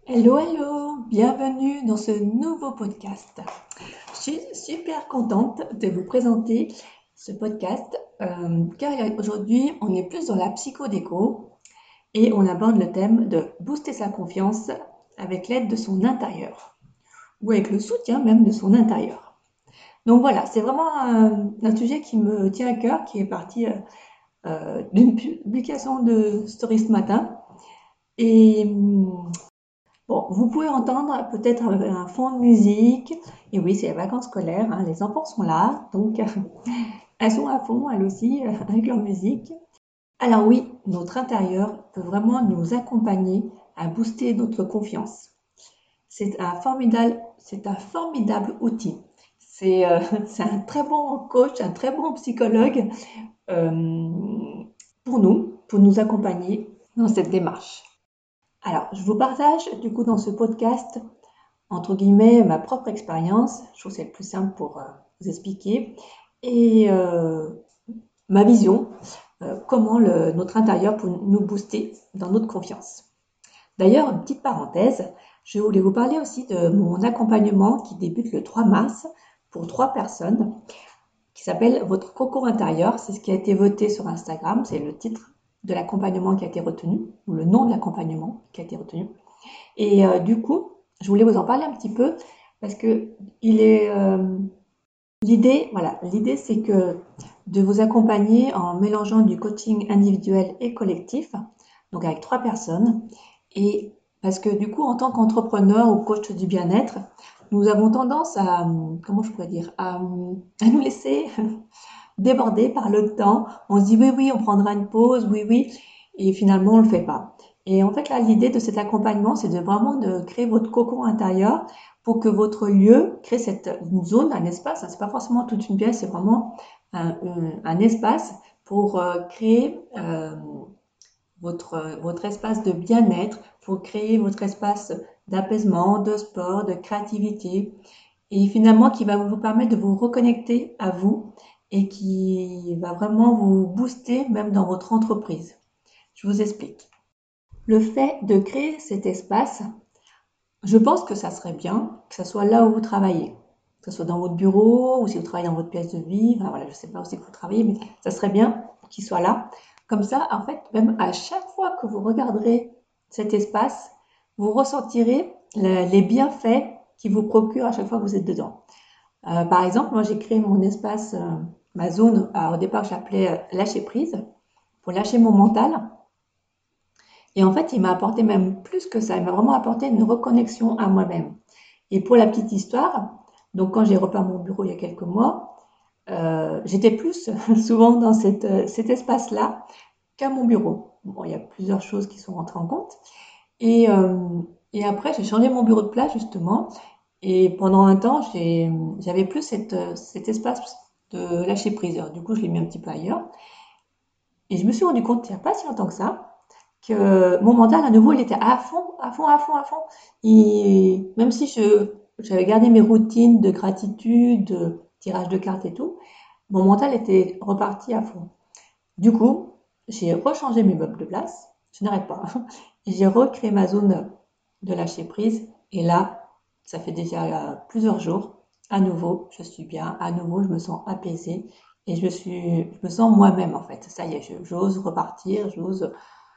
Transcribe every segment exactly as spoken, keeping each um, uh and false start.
Hello, hello, bienvenue dans ce nouveau podcast. Je suis super contente de vous présenter ce podcast euh, car aujourd'hui on est plus dans la psychodéco et on aborde le thème de booster sa confiance avec l'aide de son intérieur ou avec le soutien même de son intérieur. Donc voilà, c'est vraiment un, un sujet qui me tient à cœur, qui est parti euh, euh, d'une publication de Story ce matin. Et Bon, vous pouvez entendre peut-être un fond de musique. Et oui, c'est les vacances scolaires, hein, les enfants sont là, donc elles sont à fond, elles aussi, euh, avec leur musique. Alors oui, notre intérieur peut vraiment nous accompagner à booster notre confiance. C'est un formidable, c'est un formidable outil. C'est euh, c'est un très bon coach, un très bon psychologue euh, pour nous, pour nous accompagner dans cette démarche. Alors, je vous partage du coup dans ce podcast entre guillemets, ma propre expérience. Je trouve que c'est le plus simple pour euh, vous expliquer. Et euh, ma vision, euh, comment le, notre intérieur peut nous booster dans notre confiance. D'ailleurs, une petite parenthèse, je voulais vous parler aussi de mon accompagnement qui débute le trois mars pour trois personnes, qui s'appelle Votre cocon intérieur. C'est ce qui a été voté sur Instagram, c'est le titre de l'accompagnement qui a été retenu, ou le nom de l'accompagnement qui a été retenu. Et euh, du coup, je voulais vous en parler un petit peu parce que il est euh, l'idée, voilà, l'idée c'est que de vous accompagner en mélangeant du coaching individuel et collectif, donc avec trois personnes, et parce que du coup, en tant qu'entrepreneur ou coach du bien-être, nous avons tendance à, comment je pourrais dire, à, à nous laisser déborder par le temps. On se dit oui, oui, on prendra une pause, oui, oui, et finalement on le fait pas. Et en fait, là, l'idée de cet accompagnement, c'est de vraiment de créer votre cocon intérieur pour que votre lieu crée cette une zone, un espace. C'est pas forcément toute une pièce, c'est vraiment un, un, un espace pour euh, créer euh, votre votre espace de bien-être, pour créer votre espace d'apaisement, de sport, de créativité, et finalement qui va vous permettre de vous reconnecter à vous et qui va vraiment vous booster même dans votre entreprise. Je vous explique. Le fait de créer cet espace, je pense que ça serait bien que ça soit là où vous travaillez, que ce soit dans votre bureau ou si vous travaillez dans votre pièce de vie, enfin voilà, je ne sais pas où c'est que vous travaillez, mais ça serait bien qu'il soit là. Comme ça, en fait, même à chaque fois que vous regarderez cet espace, vous ressentirez le- les bienfaits qu'il vous procure à chaque fois que vous êtes dedans. Euh, par exemple, moi j'ai créé mon espace, euh, ma zone, alors, au départ j'appelais euh, lâcher prise, pour lâcher mon mental. Et en fait, il m'a apporté même plus que ça, il m'a vraiment apporté une reconnexion à moi-même. Et pour la petite histoire, donc quand j'ai repeint mon bureau il y a quelques mois, euh, j'étais plus souvent dans cette, euh, cet espace-là qu'à mon bureau. Bon, il y a plusieurs choses qui sont rentrées en compte. Et, euh, et après, j'ai changé mon bureau de place justement. Et pendant un temps, j'ai, j'avais plus cette, euh, cet espace de lâcher prise. Alors, du coup, je l'ai mis un petit peu ailleurs. Et je me suis rendu compte, il n'y a pas si longtemps que ça, que mon mental, à nouveau, il était à fond, à fond, à fond, à fond. Et même si je, j'avais gardé mes routines de gratitude, de tirage de cartes et tout, mon mental était reparti à fond. Du coup, j'ai rechangé mes meubles de place. Je n'arrête pas. Et j'ai recréé ma zone de lâcher prise. Et là, ça fait déjà plusieurs jours. À nouveau, je suis bien. À nouveau, je me sens apaisée. Et je suis, je me sens moi-même, en fait. Ça y est, j'ose repartir, j'ose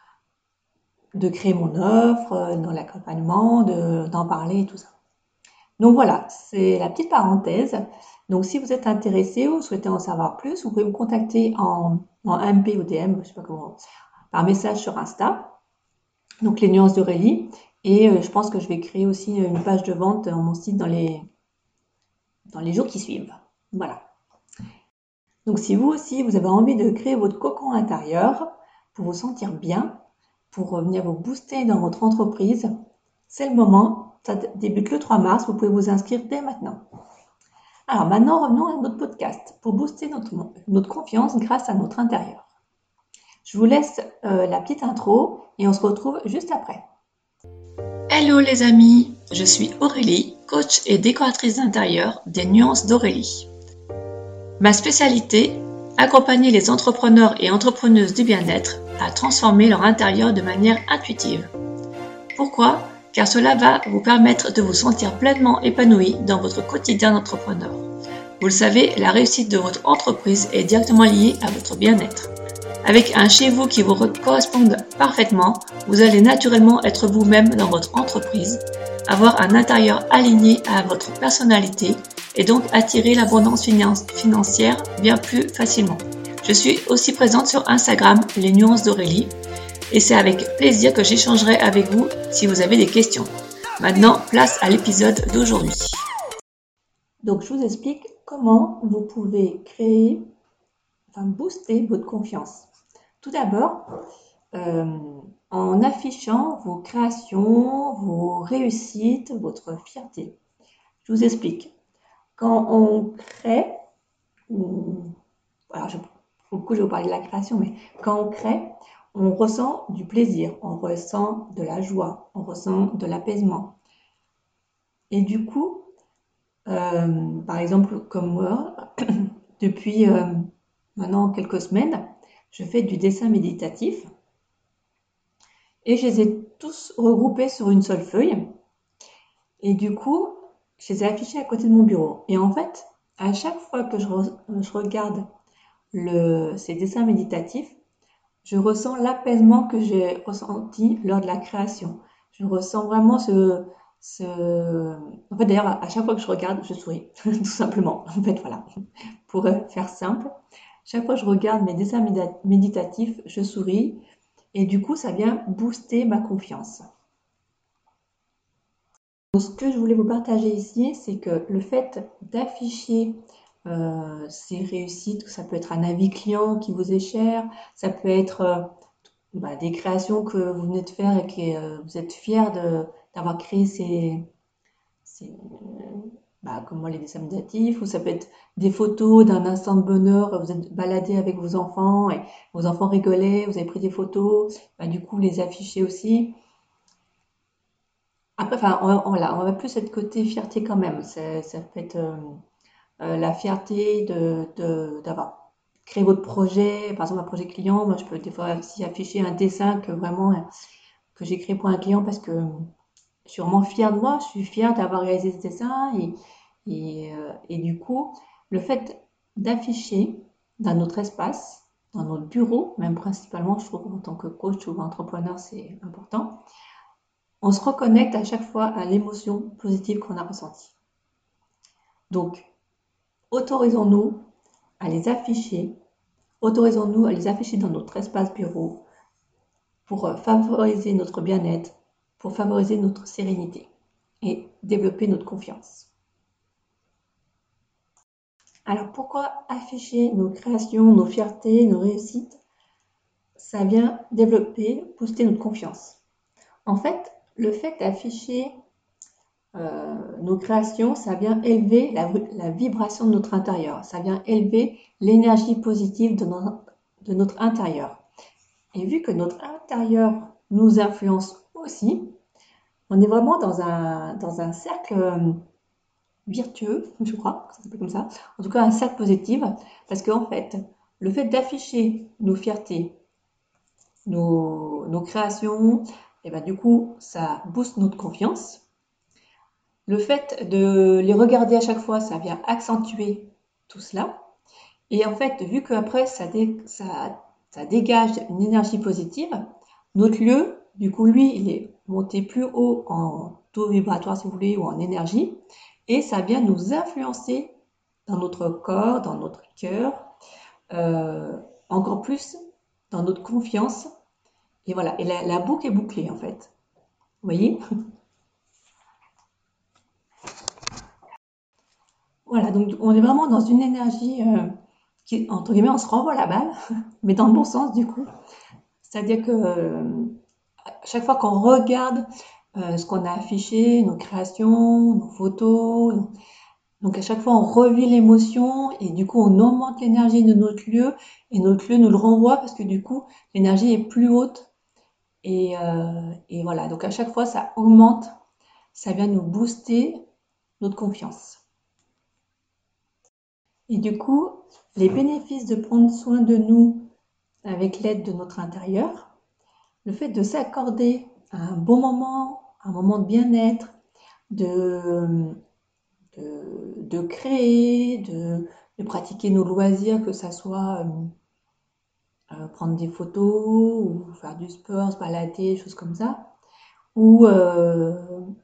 de créer mon offre, euh, dans l'accompagnement, de, d'en parler et tout ça. Donc voilà, c'est la petite parenthèse. Donc si vous êtes intéressé ou souhaitez en savoir plus, vous pouvez me contacter en, en M P ou D M, je sais pas comment, par message sur Insta. Donc les nuances d'Aurélie. Et euh, je pense que je vais créer aussi une page de vente dans mon site dans les, dans les jours qui suivent. Voilà. Donc si vous aussi, vous avez envie de créer votre cocon intérieur pour vous sentir bien, pour venir vous booster dans votre entreprise, c'est le moment. Ça débute le trois mars, vous pouvez vous inscrire dès maintenant. Alors maintenant, revenons à notre podcast pour booster notre, notre confiance grâce à notre intérieur. Je vous laisse euh, la petite intro et on se retrouve juste après. Hello les amis, je suis Aurélie, coach et décoratrice d'intérieur des Nuances d'Aurélie. Ma spécialité, accompagner les entrepreneurs et entrepreneuses du bien-être à transformer leur intérieur de manière intuitive. Pourquoi ? car cela va vous permettre de vous sentir pleinement épanoui dans votre quotidien d'entrepreneur. Vous le savez, la réussite de votre entreprise est directement liée à votre bien-être. Avec un chez vous qui vous corresponde parfaitement, vous allez naturellement être vous-même dans votre entreprise, avoir un intérieur aligné à votre personnalité et donc attirer l'abondance financière bien plus facilement. Je suis aussi présente sur Instagram, les nuances d'Aurélie, et c'est avec plaisir que j'échangerai avec vous si vous avez des questions. Maintenant, place à l'épisode d'aujourd'hui. Donc, je vous explique comment vous pouvez créer, enfin booster votre confiance. Tout d'abord, euh, en affichant vos créations, vos réussites, votre fierté. Je vous explique. Quand on crée, ou, alors je, pour le coup je vais vous parler de la création, mais quand on crée, on ressent du plaisir, on ressent de la joie, on ressent de l'apaisement. Et du coup, euh, par exemple comme moi, depuis euh, maintenant quelques semaines, je fais du dessin méditatif et je les ai tous regroupés sur une seule feuille. Et du coup, je les ai affichés à côté de mon bureau. Et en fait, à chaque fois que je, re- je regarde le, ces dessins méditatifs, je ressens l'apaisement que j'ai ressenti lors de la création. Je ressens vraiment ce, ce... En fait, d'ailleurs, à chaque fois que je regarde, je souris, tout simplement. En fait, voilà, pour faire simple. Chaque fois que je regarde mes dessins médita- méditatifs, je souris. Et du coup, ça vient booster ma confiance. Donc, ce que je voulais vous partager ici, c'est que le fait d'afficher euh, ces réussites, ça peut être un avis client qui vous est cher, ça peut être euh, bah, des créations que vous venez de faire et que euh, vous êtes fier de, d'avoir créé ces, ces euh, bah, comme moi les dessins méditatifs, ou ça peut être des photos d'un instant de bonheur, vous êtes baladé avec vos enfants et vos enfants rigolaient, vous avez pris des photos, bah, du coup les afficher aussi. Après, enfin, on va, on, voilà, on va plus être côté fierté quand même. C'est- Ça peut être euh, euh, la fierté de, de- d'avoir créé votre projet, par exemple un projet client. Moi, je peux des fois aussi afficher un dessin que vraiment euh, que j'ai créé pour un client parce que je suis vraiment fière de moi. Je suis fière d'avoir réalisé ce dessin et, et, euh, et du coup, le fait d'afficher dans notre espace, dans notre bureau, même principalement, je trouve en tant que coach ou entrepreneur, c'est important. On se reconnecte à chaque fois à l'émotion positive qu'on a ressentie. Donc, autorisons-nous à les afficher, autorisons-nous à les afficher dans notre espace bureau pour favoriser notre bien-être, pour favoriser notre sérénité et développer notre confiance. Alors, pourquoi afficher nos créations, nos fiertés, nos réussites? Ça vient développer, booster notre confiance. En fait, le fait d'afficher Euh, nos créations, ça vient élever la, la vibration de notre intérieur, ça vient élever l'énergie positive de, no- de notre intérieur. Et vu que notre intérieur nous influence aussi, on est vraiment dans un, dans un cercle euh, virtueux, je crois, que ça s'appelle comme ça, en tout cas un cercle positif, parce qu'en fait, le fait d'afficher nos fiertés, nos, nos créations, et ben du coup, ça booste notre confiance. Le fait de les regarder à chaque fois, ça vient accentuer tout cela. Et en fait, vu qu'après, ça, dé, ça, ça dégage une énergie positive, notre lieu, du coup, lui, il est monté plus haut en taux vibratoire, si vous voulez, ou en énergie. Et ça vient nous influencer dans notre corps, dans notre cœur, euh, encore plus dans notre confiance. Et voilà, et la, la boucle est bouclée, en fait. Vous voyez? Voilà, donc on est vraiment dans une énergie euh, qui, entre guillemets, on se renvoie la balle, mais dans le bon sens du coup. C'est-à-dire que euh, chaque fois qu'on regarde euh, ce qu'on a affiché, nos créations, nos photos, donc à chaque fois on revit l'émotion et du coup on augmente l'énergie de notre lieu et notre lieu nous le renvoie parce que du coup l'énergie est plus haute et, euh, et voilà, donc à chaque fois ça augmente, ça vient nous booster notre confiance. Et du coup, les bénéfices de prendre soin de nous avec l'aide de notre intérieur, le fait de s'accorder un bon moment, un moment de bien-être, de, de, de créer, de, de pratiquer nos loisirs, que ça soit euh, euh, prendre des photos ou faire du sport, se balader, des choses comme ça, ou euh,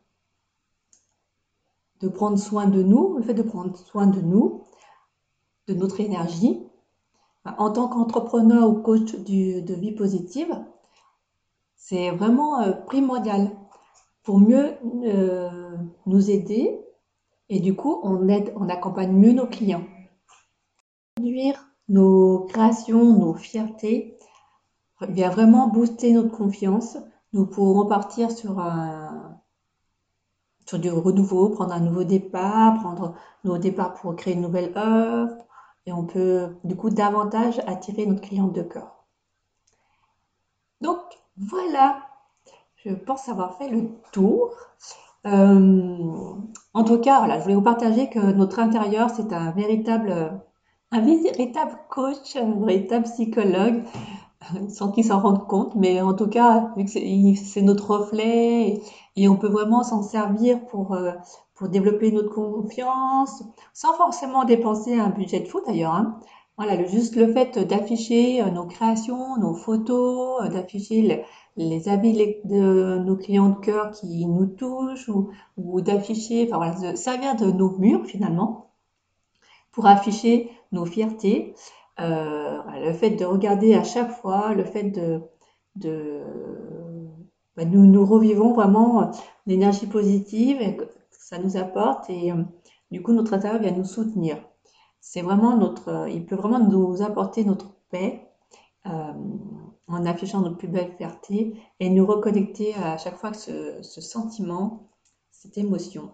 de prendre soin de nous, le fait de prendre soin de nous, de notre énergie. En tant qu'entrepreneur ou coach du- de vie positive, c'est vraiment euh, primordial pour mieux euh, nous aider et du coup, on aide, on accompagne mieux nos clients. Produire nos créations, nos fiertés vient vraiment booster notre confiance. Nous pourrons partir sur un, sur du renouveau, prendre un nouveau départ, prendre nos départs pour créer une nouvelle offre et on peut du coup davantage attirer notre client de cœur. Donc voilà, je pense avoir fait le tour. Euh, en tout cas, voilà, je voulais vous partager que notre intérieur, c'est un véritable, un véritable coach, un véritable psychologue, sans qu'ils s'en rendent compte. Mais en tout cas, vu que c'est c'est notre reflet et, et on peut vraiment s'en servir pour, euh, pour développer notre confiance, sans forcément dépenser un budget de fou d'ailleurs, hein. Voilà, le, juste le fait d'afficher euh, nos créations, nos photos, euh, d'afficher le- les avis les- de nos clients de cœur qui nous touchent ou, ou d'afficher, enfin voilà, de servir de nos murs finalement pour afficher nos fiertés. Euh, voilà, le fait de regarder à chaque fois, le fait de, de bah, nous, nous revivons vraiment l'énergie positive et que ça nous apporte et euh, du coup notre intérieur vient nous soutenir. C'est vraiment notre, euh, il peut vraiment nous apporter notre paix euh, en affichant notre plus belle fierté et nous reconnecter à chaque fois que ce, ce sentiment, cette émotion.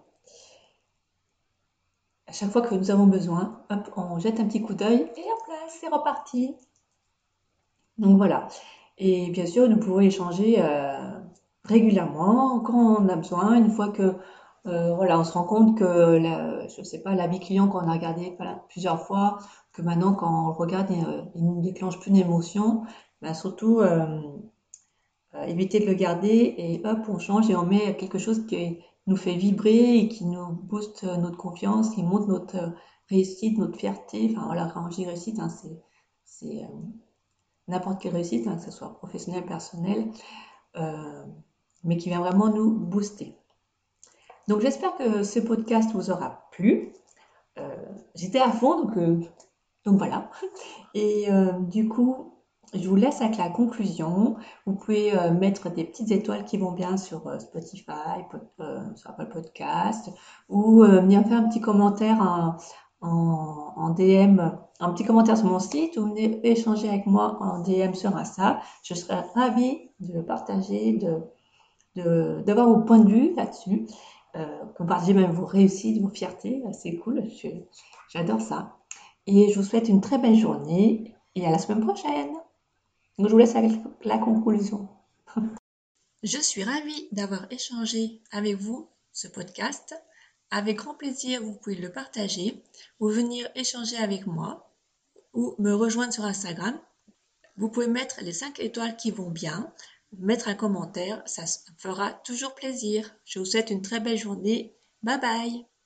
À chaque fois que nous avons besoin, hop, on jette un petit coup d'œil et hop là, c'est reparti. Donc voilà. Et bien sûr, nous pouvons échanger euh, régulièrement quand on a besoin. Une fois que euh, voilà, on se rend compte que la, je sais pas, l'habit client qu'on a regardé voilà, plusieurs fois, que maintenant quand on le regarde, il, euh, il ne déclenche plus d'émotion. Ben, surtout euh, euh, éviter de le garder et hop, on change et on met quelque chose qui nous fait vibrer et qui nous booste notre confiance, qui montre notre réussite, notre fierté. Enfin voilà, quand je dis réussite, hein, c'est c'est, euh, n'importe quelle réussite, hein, que ce soit professionnelle, personnelle, euh, mais qui vient vraiment nous booster. Donc j'espère que ce podcast vous aura plu. Euh, J'étais à fond, donc, euh, donc voilà. Et euh, du coup, je vous laisse avec la conclusion. Vous pouvez euh, mettre des petites étoiles qui vont bien sur euh, Spotify, pod, euh, sur Apple Podcast, ou euh, venir faire un petit commentaire en, en, en D M, un petit commentaire sur mon site, ou venez échanger avec moi en D M sur Insta. Je serais ravie de partager, de, de, d'avoir vos points de vue là-dessus. Euh, que vous partagez même vos réussites, vos fiertés, c'est cool, je- j'adore ça. Et je vous souhaite une très belle journée et à la semaine prochaine. Donc, je vous laisse avec la conclusion. Je suis ravie d'avoir échangé avec vous ce podcast. Avec grand plaisir, vous pouvez le partager ou venir échanger avec moi ou me rejoindre sur Instagram. Vous pouvez mettre les cinq étoiles qui vont bien, mettre un commentaire, ça fera toujours plaisir. Je vous souhaite une très belle journée. Bye bye!